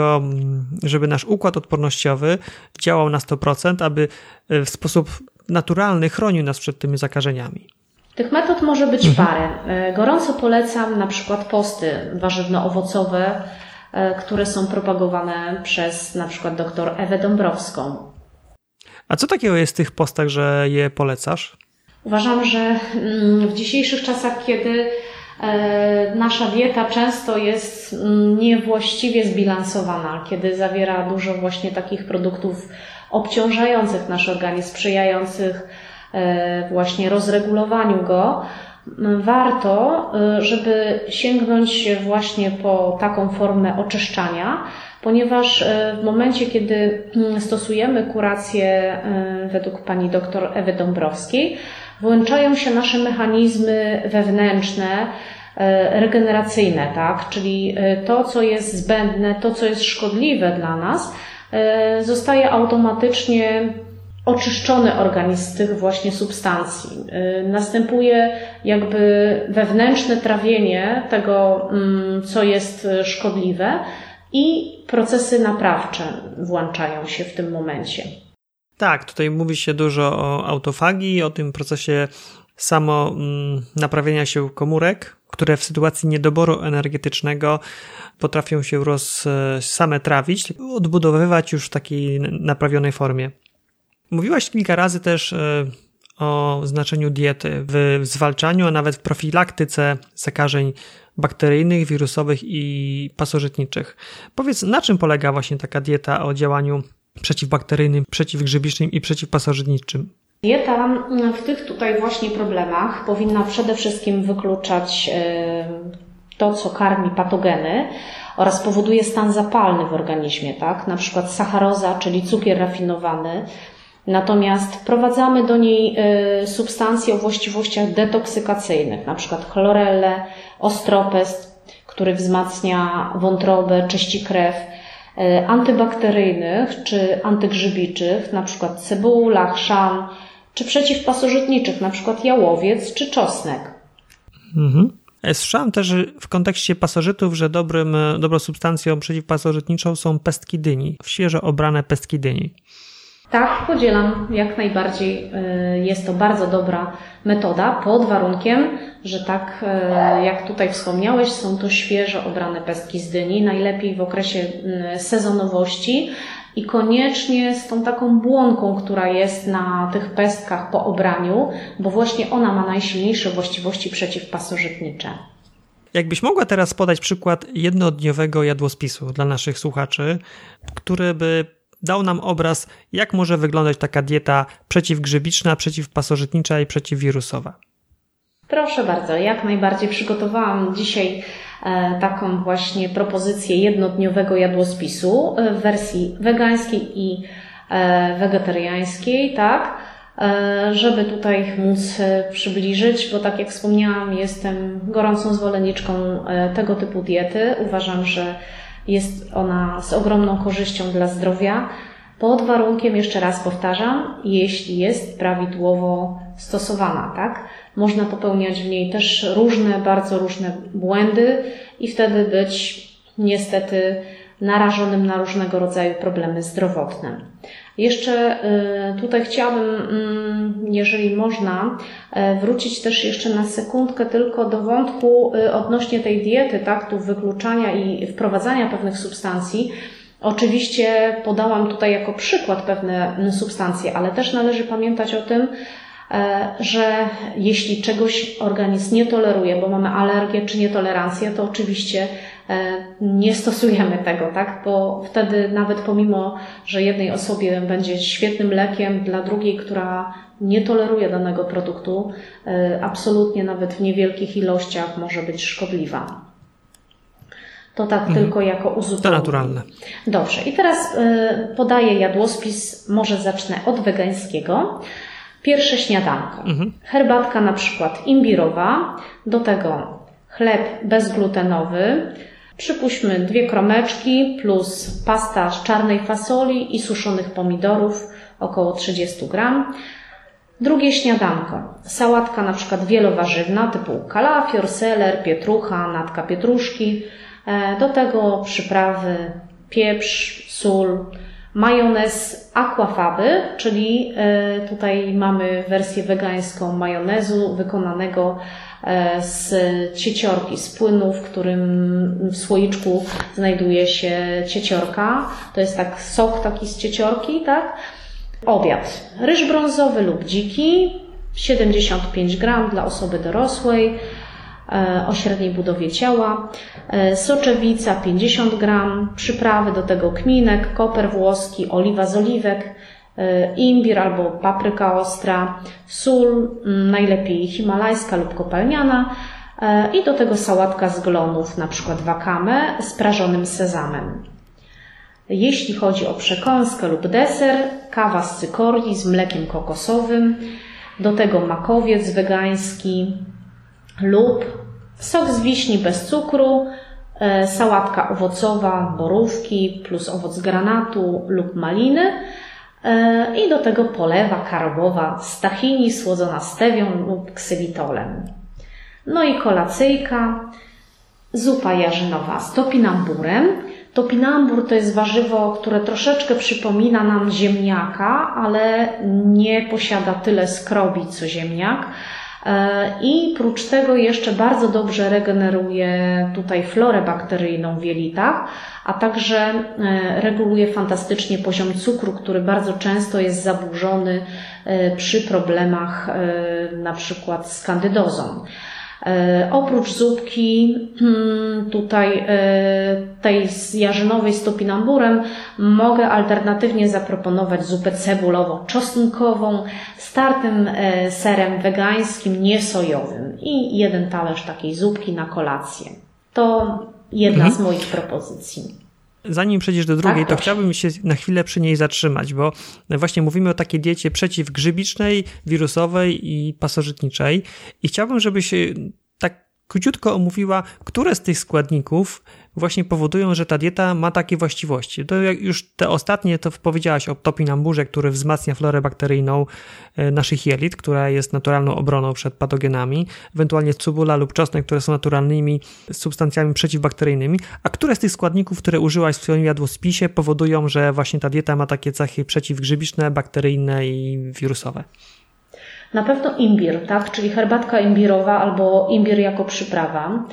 żeby nasz układ odpornościowy działał na 100%, aby w sposób naturalny chronił nas przed tymi zakażeniami? Tych metod może być parę. Gorąco polecam na przykład posty warzywno-owocowe, które są propagowane przez na przykład dr Ewę Dąbrowską. A co takiego jest w tych postach, że je polecasz? Uważam, że w dzisiejszych czasach, kiedy nasza dieta często jest niewłaściwie zbilansowana, kiedy zawiera dużo właśnie takich produktów obciążających nasz organizm, sprzyjających właśnie rozregulowaniu go, warto, żeby sięgnąć właśnie po taką formę oczyszczania, ponieważ w momencie, kiedy stosujemy kurację według pani dr Ewy Dąbrowskiej, włączają się nasze mechanizmy wewnętrzne, regeneracyjne, tak? Czyli to, co jest zbędne, to, co jest szkodliwe dla nas, zostaje automatycznie oczyszczony organizm z tych właśnie substancji. Następuje jakby wewnętrzne trawienie tego, co jest szkodliwe i procesy naprawcze włączają się w tym momencie. Tak, tutaj mówi się dużo o autofagii, o tym procesie naprawienia się komórek, które w sytuacji niedoboru energetycznego potrafią się same trawić, odbudowywać już w takiej naprawionej formie. Mówiłaś kilka razy też o znaczeniu diety w zwalczaniu, a nawet w profilaktyce zakażeń bakteryjnych, wirusowych i pasożytniczych. Powiedz, na czym polega właśnie taka dieta o działaniu przeciwbakteryjnym, przeciwgrzybicznym i przeciwpasożytniczym? Dieta w tych tutaj właśnie problemach powinna przede wszystkim wykluczać to, co karmi patogeny oraz powoduje stan zapalny w organizmie, tak? Na przykład sacharoza, czyli cukier rafinowany. Natomiast wprowadzamy do niej substancje o właściwościach detoksykacyjnych, na przykład chlorellę, ostropest, który wzmacnia wątrobę, czyści krew, antybakteryjnych czy antygrzybiczych, na przykład cebula, chrzan, czy przeciwpasożytniczych, na przykład jałowiec czy czosnek. Słyszałem też w kontekście pasożytów, że dobrą substancją przeciwpasożytniczą są pestki dyni, świeżo obrane pestki dyni. Tak, podzielam jak najbardziej. Jest to bardzo dobra metoda pod warunkiem, że tak jak tutaj wspomniałeś, są to świeżo obrane pestki z dyni, najlepiej w okresie sezonowości i koniecznie z tą taką błonką, która jest na tych pestkach po obraniu, bo właśnie ona ma najsilniejsze właściwości przeciwpasożytnicze. Jakbyś mogła teraz podać przykład jednodniowego jadłospisu dla naszych słuchaczy, który by dał nam obraz, jak może wyglądać taka dieta przeciwgrzybiczna, przeciwpasożytnicza i przeciwwirusowa. Proszę bardzo, jak najbardziej przygotowałam dzisiaj taką właśnie propozycję jednodniowego jadłospisu w wersji wegańskiej i wegetariańskiej, tak, żeby tutaj móc przybliżyć, bo tak jak wspomniałam, jestem gorącą zwolenniczką tego typu diety. Uważam, że jest ona z ogromną korzyścią dla zdrowia, pod warunkiem, jeszcze raz powtarzam, jeśli jest prawidłowo stosowana, tak? Można popełniać w niej też bardzo różne błędy i wtedy być niestety narażonym na różnego rodzaju problemy zdrowotne. Jeszcze tutaj chciałabym, jeżeli można, wrócić też jeszcze na sekundkę tylko do wątku odnośnie tej diety, tak, tu wykluczania i wprowadzania pewnych substancji. Oczywiście podałam tutaj jako przykład pewne substancje, ale też należy pamiętać o tym, że jeśli czegoś organizm nie toleruje, bo mamy alergię czy nietolerancję, to oczywiście nie stosujemy tego, tak? Bo wtedy nawet pomimo, że jednej osobie będzie świetnym lekiem, dla drugiej, która nie toleruje danego produktu, absolutnie nawet w niewielkich ilościach może być szkodliwa. To tak tylko jako uzupełnienie. To naturalne. Dobrze. I teraz podaję jadłospis, może zacznę od wegańskiego. Pierwsze śniadanko. Herbatka na przykład imbirowa, do tego chleb bezglutenowy, przypuśćmy 2 kromeczki plus pasta z czarnej fasoli i suszonych pomidorów, około 30 gram. Drugie śniadanko. Sałatka na przykład wielowarzywna typu kalafior, seler, pietrucha, natka pietruszki. Do tego przyprawy, pieprz, sól, majonez aquafaby, czyli tutaj mamy wersję wegańską majonezu wykonanego z cieciorki, z płynu, w którym w słoiczku znajduje się cieciorka. To jest tak sok taki z cieciorki, tak? Obiad. Ryż brązowy lub dziki, 75 gram dla osoby dorosłej o średniej budowie ciała, soczewica 50 gram, przyprawy do tego kminek, koper włoski, oliwa z oliwek, imbir albo papryka ostra, sól, najlepiej himalajska lub kopalniana i do tego sałatka z glonów, na przykład wakame z prażonym sezamem. Jeśli chodzi o przekąskę lub deser, kawa z cykorii z mlekiem kokosowym, do tego makowiec wegański lub sok z wiśni bez cukru, sałatka owocowa, borówki plus owoc granatu lub maliny i do tego polewa karbowa z tahini słodzona stewią lub ksylitolem. No i kolacyjka, zupa jarzynowa z topinamburem. Topinambur to jest warzywo, które troszeczkę przypomina nam ziemniaka, ale nie posiada tyle skrobi co ziemniak. I prócz tego jeszcze bardzo dobrze regeneruje tutaj florę bakteryjną w jelitach, a także reguluje fantastycznie poziom cukru, który bardzo często jest zaburzony przy problemach na przykład z kandydozą. Oprócz zupki tutaj tej jarzynowej z topinamburem mogę alternatywnie zaproponować zupę cebulową-czosnkową z tartym serem wegańskim, niesojowym i 1 talerz takiej zupki na kolację. To jedna z moich propozycji. Zanim przejdziesz do drugiej, tak, to chciałbym się na chwilę przy niej zatrzymać, bo właśnie mówimy o takiej diecie przeciwgrzybicznej, wirusowej i pasożytniczej i chciałbym, żebyś tak króciutko omówiła, które z tych składników właśnie powodują, że ta dieta ma takie właściwości. To jak już te ostatnie, to powiedziałaś o topinamburze, który wzmacnia florę bakteryjną naszych jelit, która jest naturalną obroną przed patogenami, ewentualnie cebula lub czosnek, które są naturalnymi substancjami przeciwbakteryjnymi. A które z tych składników, które użyłaś w swoim jadłospisie, powodują, że właśnie ta dieta ma takie cechy przeciwgrzybiczne, bakteryjne i wirusowe? Na pewno imbir, tak? Czyli herbatka imbirowa albo imbir jako przyprawa.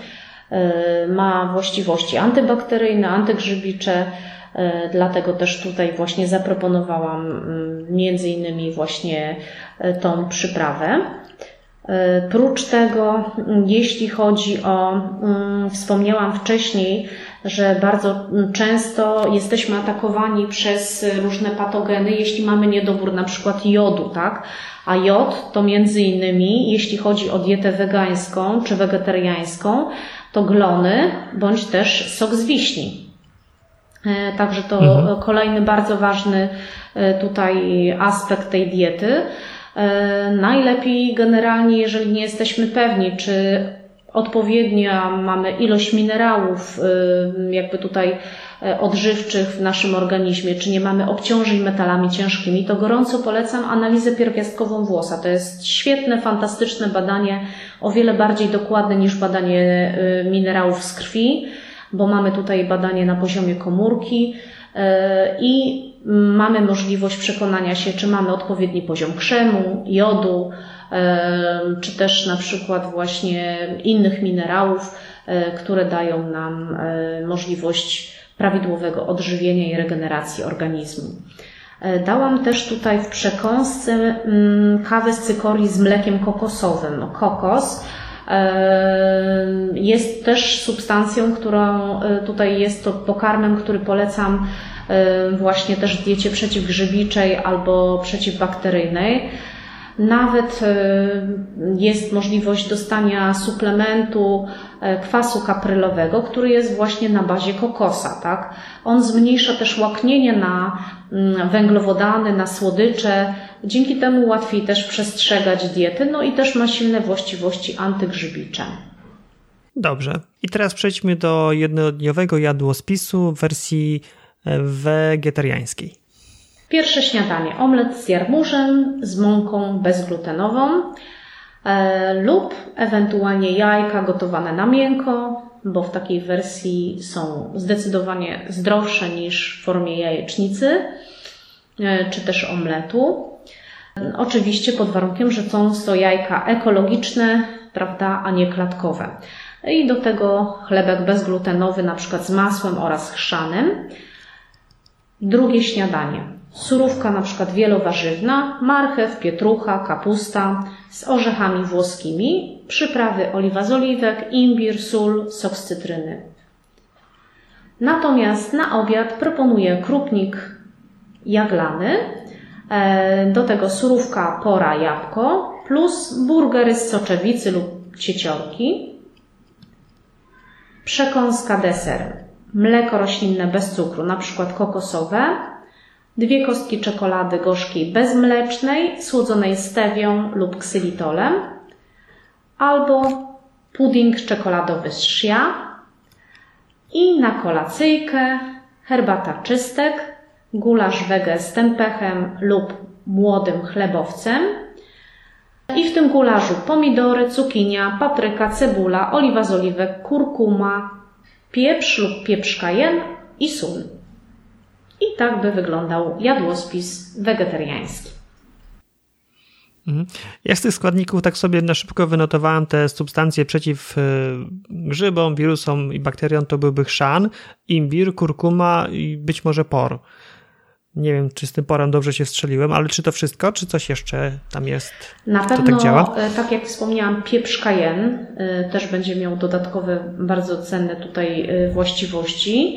Ma właściwości antybakteryjne, antygrzybicze, dlatego też tutaj właśnie zaproponowałam między innymi właśnie tą przyprawę. Prócz tego, jeśli chodzi o, wspomniałam wcześniej, że bardzo często jesteśmy atakowani przez różne patogeny, jeśli mamy niedobór na przykład jodu, tak? A jod to między innymi, jeśli chodzi o dietę wegańską czy wegetariańską, to glony bądź też sok z wiśni. Także to kolejny bardzo ważny tutaj aspekt tej diety. Najlepiej generalnie, jeżeli nie jesteśmy pewni, czy odpowiednia mamy ilość minerałów jakby tutaj odżywczych w naszym organizmie, czy nie mamy obciążeń metalami ciężkimi, to gorąco polecam analizę pierwiastkową włosa. To jest świetne, fantastyczne badanie, o wiele bardziej dokładne niż badanie minerałów z krwi, bo mamy tutaj badanie na poziomie komórki i mamy możliwość przekonania się, czy mamy odpowiedni poziom krzemu, jodu, czy też na przykład właśnie innych minerałów, które dają nam możliwość prawidłowego odżywienia i regeneracji organizmu. Dałam też tutaj w przekąsce kawę z cykorii z mlekiem kokosowym. Kokos jest też substancją, którą tutaj jest to pokarmem, który polecam właśnie też w diecie przeciwgrzybiczej albo przeciwbakteryjnej. Nawet jest możliwość dostania suplementu kwasu kaprylowego, który jest właśnie na bazie kokosa, tak? On zmniejsza też łaknienie na węglowodany, na słodycze. Dzięki temu łatwiej też przestrzegać diety, no i też ma silne właściwości antygrzybicze. Dobrze. I teraz przejdźmy do jednodniowego jadłospisu w wersji wegetariańskiej. Pierwsze śniadanie. Omlet z jarmużem, z mąką bezglutenową lub ewentualnie jajka gotowane na miękko, bo w takiej wersji są zdecydowanie zdrowsze niż w formie jajecznicy czy też omletu. Oczywiście pod warunkiem, że są to jajka ekologiczne, prawda, a nie klatkowe. I do tego chlebek bezglutenowy, na przykład z masłem oraz chrzanem. Drugie śniadanie. Surówka na przykład wielowarzywna, marchew, pietrucha, kapusta z orzechami włoskimi, przyprawy oliwa z oliwek, imbir, sól, sok z cytryny. Natomiast na obiad proponuję krupnik jaglany, do tego surówka, pora, jabłko plus burgery z soczewicy lub cieciorki. Przekąska, deser. Mleko roślinne bez cukru, na przykład kokosowe. 2 kostki czekolady gorzkiej bezmlecznej, słodzonej stewią lub ksylitolem. Albo pudding czekoladowy z shia. I na kolacyjkę herbata czystek, gulasz wege z tempechem lub młodym chlebowcem. I w tym gulaszu pomidory, cukinia, papryka, cebula, oliwa z oliwek, kurkuma, pieprz lub pieprz cayenne i sól. I tak by wyglądał jadłospis wegetariański. Ja z tych składników tak sobie na szybko wynotowałem te substancje przeciw grzybom, wirusom i bakteriom. To byłby chrzan, imbir, kurkuma i być może por. Nie wiem, czy z tym porem dobrze się strzeliłem, ale czy to wszystko, czy coś jeszcze tam jest? Na pewno, tak działa? Tak jak wspomniałam, pieprz cayenne też będzie miał dodatkowe, bardzo cenne tutaj właściwości.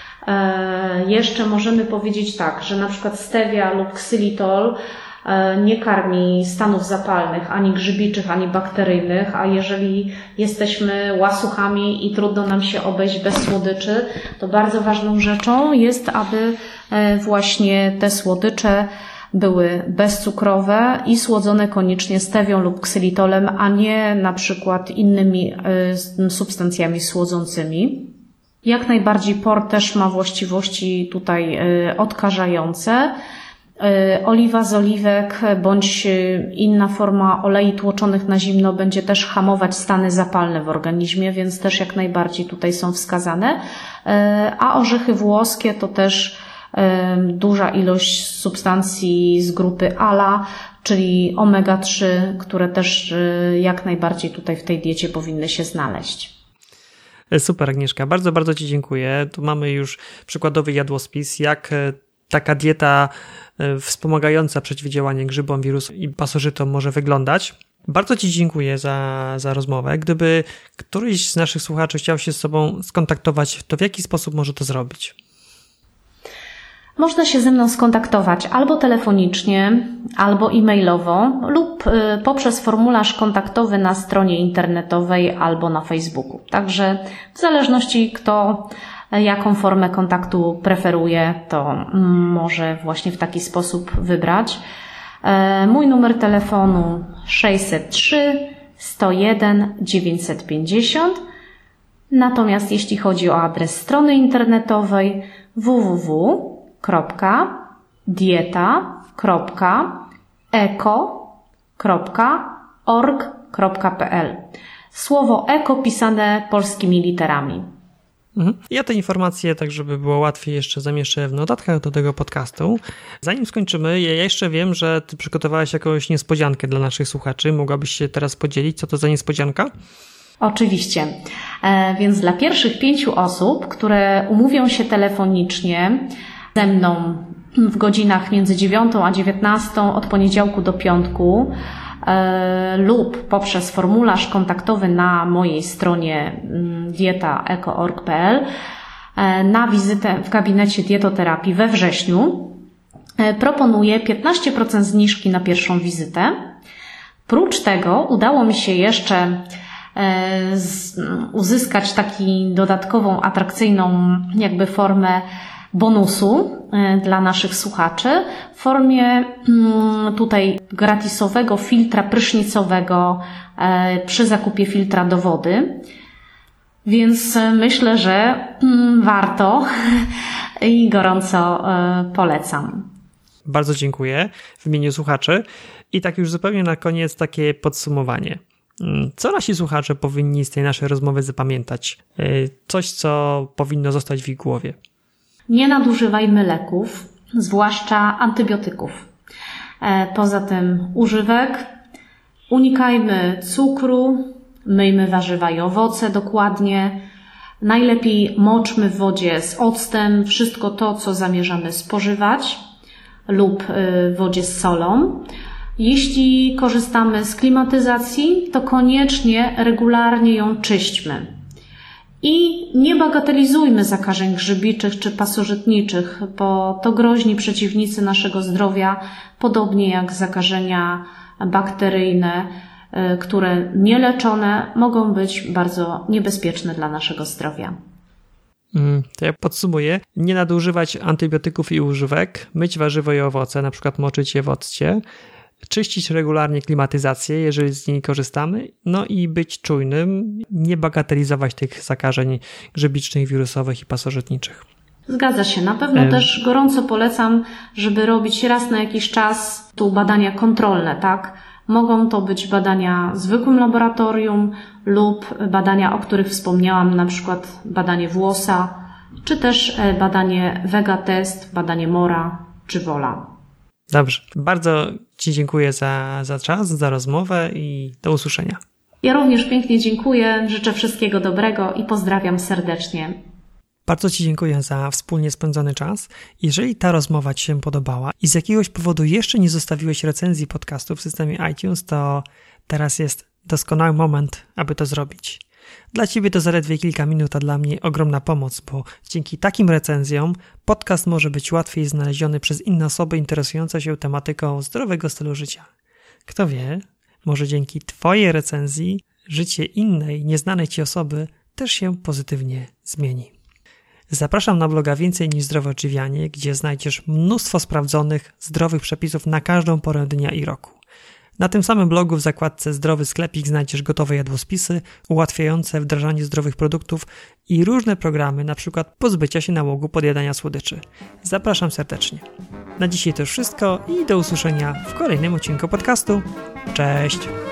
Jeszcze możemy powiedzieć tak, że na przykład stevia lub ksylitol nie karmi stanów zapalnych, ani grzybiczych, ani bakteryjnych, a jeżeli jesteśmy łasuchami i trudno nam się obejść bez słodyczy, to bardzo ważną rzeczą jest, aby właśnie te słodycze były bezcukrowe i słodzone koniecznie stewią lub ksylitolem, a nie na przykład innymi substancjami słodzącymi. Jak najbardziej por też ma właściwości tutaj odkażające. Oliwa z oliwek bądź inna forma olei tłoczonych na zimno będzie też hamować stany zapalne w organizmie, więc też jak najbardziej tutaj są wskazane. A orzechy włoskie to też duża ilość substancji z grupy ALA, czyli omega-3, które też jak najbardziej tutaj w tej diecie powinny się znaleźć. Super, Agnieszka, bardzo, bardzo Ci dziękuję. Tu mamy już przykładowy jadłospis, jak taka dieta wspomagająca przeciwdziałanie grzybom, wirusom i pasożytom może wyglądać. Bardzo Ci dziękuję za rozmowę. Gdyby któryś z naszych słuchaczy chciał się z Tobą skontaktować, to w jaki sposób może to zrobić? Można się ze mną skontaktować albo telefonicznie, albo e-mailowo lub poprzez formularz kontaktowy na stronie internetowej albo na Facebooku. Także w zależności kto jaką formę kontaktu preferuje, to może właśnie w taki sposób wybrać. Mój numer telefonu 603 101 950. Natomiast jeśli chodzi o adres strony internetowej www.dieta.eco.org.pl. Słowo eko pisane polskimi literami. Ja te informacje, tak żeby było łatwiej, jeszcze zamieszczę w notatkach do tego podcastu. Zanim skończymy, ja jeszcze wiem, że Ty przygotowałaś jakąś niespodziankę dla naszych słuchaczy. Mogłabyś się teraz podzielić, co to za niespodzianka? Oczywiście. Więc dla pierwszych 5 osób, które umówią się telefonicznie ze mną w godzinach między 9 a 19 od poniedziałku do piątku lub poprzez formularz kontaktowy na mojej stronie dieta.eco.org.pl na wizytę w gabinecie dietoterapii we wrześniu proponuję 15% zniżki na pierwszą wizytę. Prócz tego udało mi się jeszcze uzyskać taką dodatkową, atrakcyjną jakby formę bonusu dla naszych słuchaczy w formie tutaj gratisowego filtra prysznicowego przy zakupie filtra do wody. Więc myślę, że warto i gorąco polecam. Bardzo dziękuję w imieniu słuchaczy. I tak już zupełnie na koniec takie podsumowanie. Co nasi słuchacze powinni z tej naszej rozmowy zapamiętać? Coś, co powinno zostać w ich głowie. Nie nadużywajmy leków, zwłaszcza antybiotyków. Poza tym używek. Unikajmy cukru, myjmy warzywa i owoce dokładnie. Najlepiej moczmy w wodzie z octem wszystko to, co zamierzamy spożywać lub w wodzie z solą. Jeśli korzystamy z klimatyzacji, to koniecznie regularnie ją czyśćmy. I nie bagatelizujmy zakażeń grzybiczych czy pasożytniczych, bo to groźni przeciwnicy naszego zdrowia, podobnie jak zakażenia bakteryjne, które nieleczone mogą być bardzo niebezpieczne dla naszego zdrowia. To ja podsumuję. Nie nadużywać antybiotyków i używek, myć warzywa i owoce, na przykład moczyć je w occie, czyścić regularnie klimatyzację, jeżeli z niej korzystamy, no i być czujnym, nie bagatelizować tych zakażeń grzybicznych, wirusowych i pasożytniczych. Zgadza się. Na pewno też gorąco polecam, żeby robić raz na jakiś czas tu badania kontrolne, tak? Mogą to być badania w zwykłym laboratorium lub badania, o których wspomniałam, na przykład badanie włosa, czy też badanie Vega Test, badanie Mora czy Wola. Dobrze. Bardzo Ci dziękuję za czas, za rozmowę i do usłyszenia. Ja również pięknie dziękuję, życzę wszystkiego dobrego i pozdrawiam serdecznie. Bardzo Ci dziękuję za wspólnie spędzony czas. Jeżeli ta rozmowa Ci się podobała i z jakiegoś powodu jeszcze nie zostawiłeś recenzji podcastu w systemie iTunes, to teraz jest doskonały moment, aby to zrobić. Dla Ciebie to zaledwie kilka minut, a dla mnie ogromna pomoc, bo dzięki takim recenzjom podcast może być łatwiej znaleziony przez inne osoby interesujące się tematyką zdrowego stylu życia. Kto wie, może dzięki Twojej recenzji życie innej, nieznanej Ci osoby też się pozytywnie zmieni. Zapraszam na bloga Więcej niż Zdrowe Odżywianie, gdzie znajdziesz mnóstwo sprawdzonych, zdrowych przepisów na każdą porę dnia i roku. Na tym samym blogu w zakładce Zdrowy sklepik znajdziesz gotowe jadłospisy, ułatwiające wdrażanie zdrowych produktów i różne programy, np. pozbycia się nałogu podjadania słodyczy. Zapraszam serdecznie. Na dzisiaj to już wszystko i do usłyszenia w kolejnym odcinku podcastu. Cześć!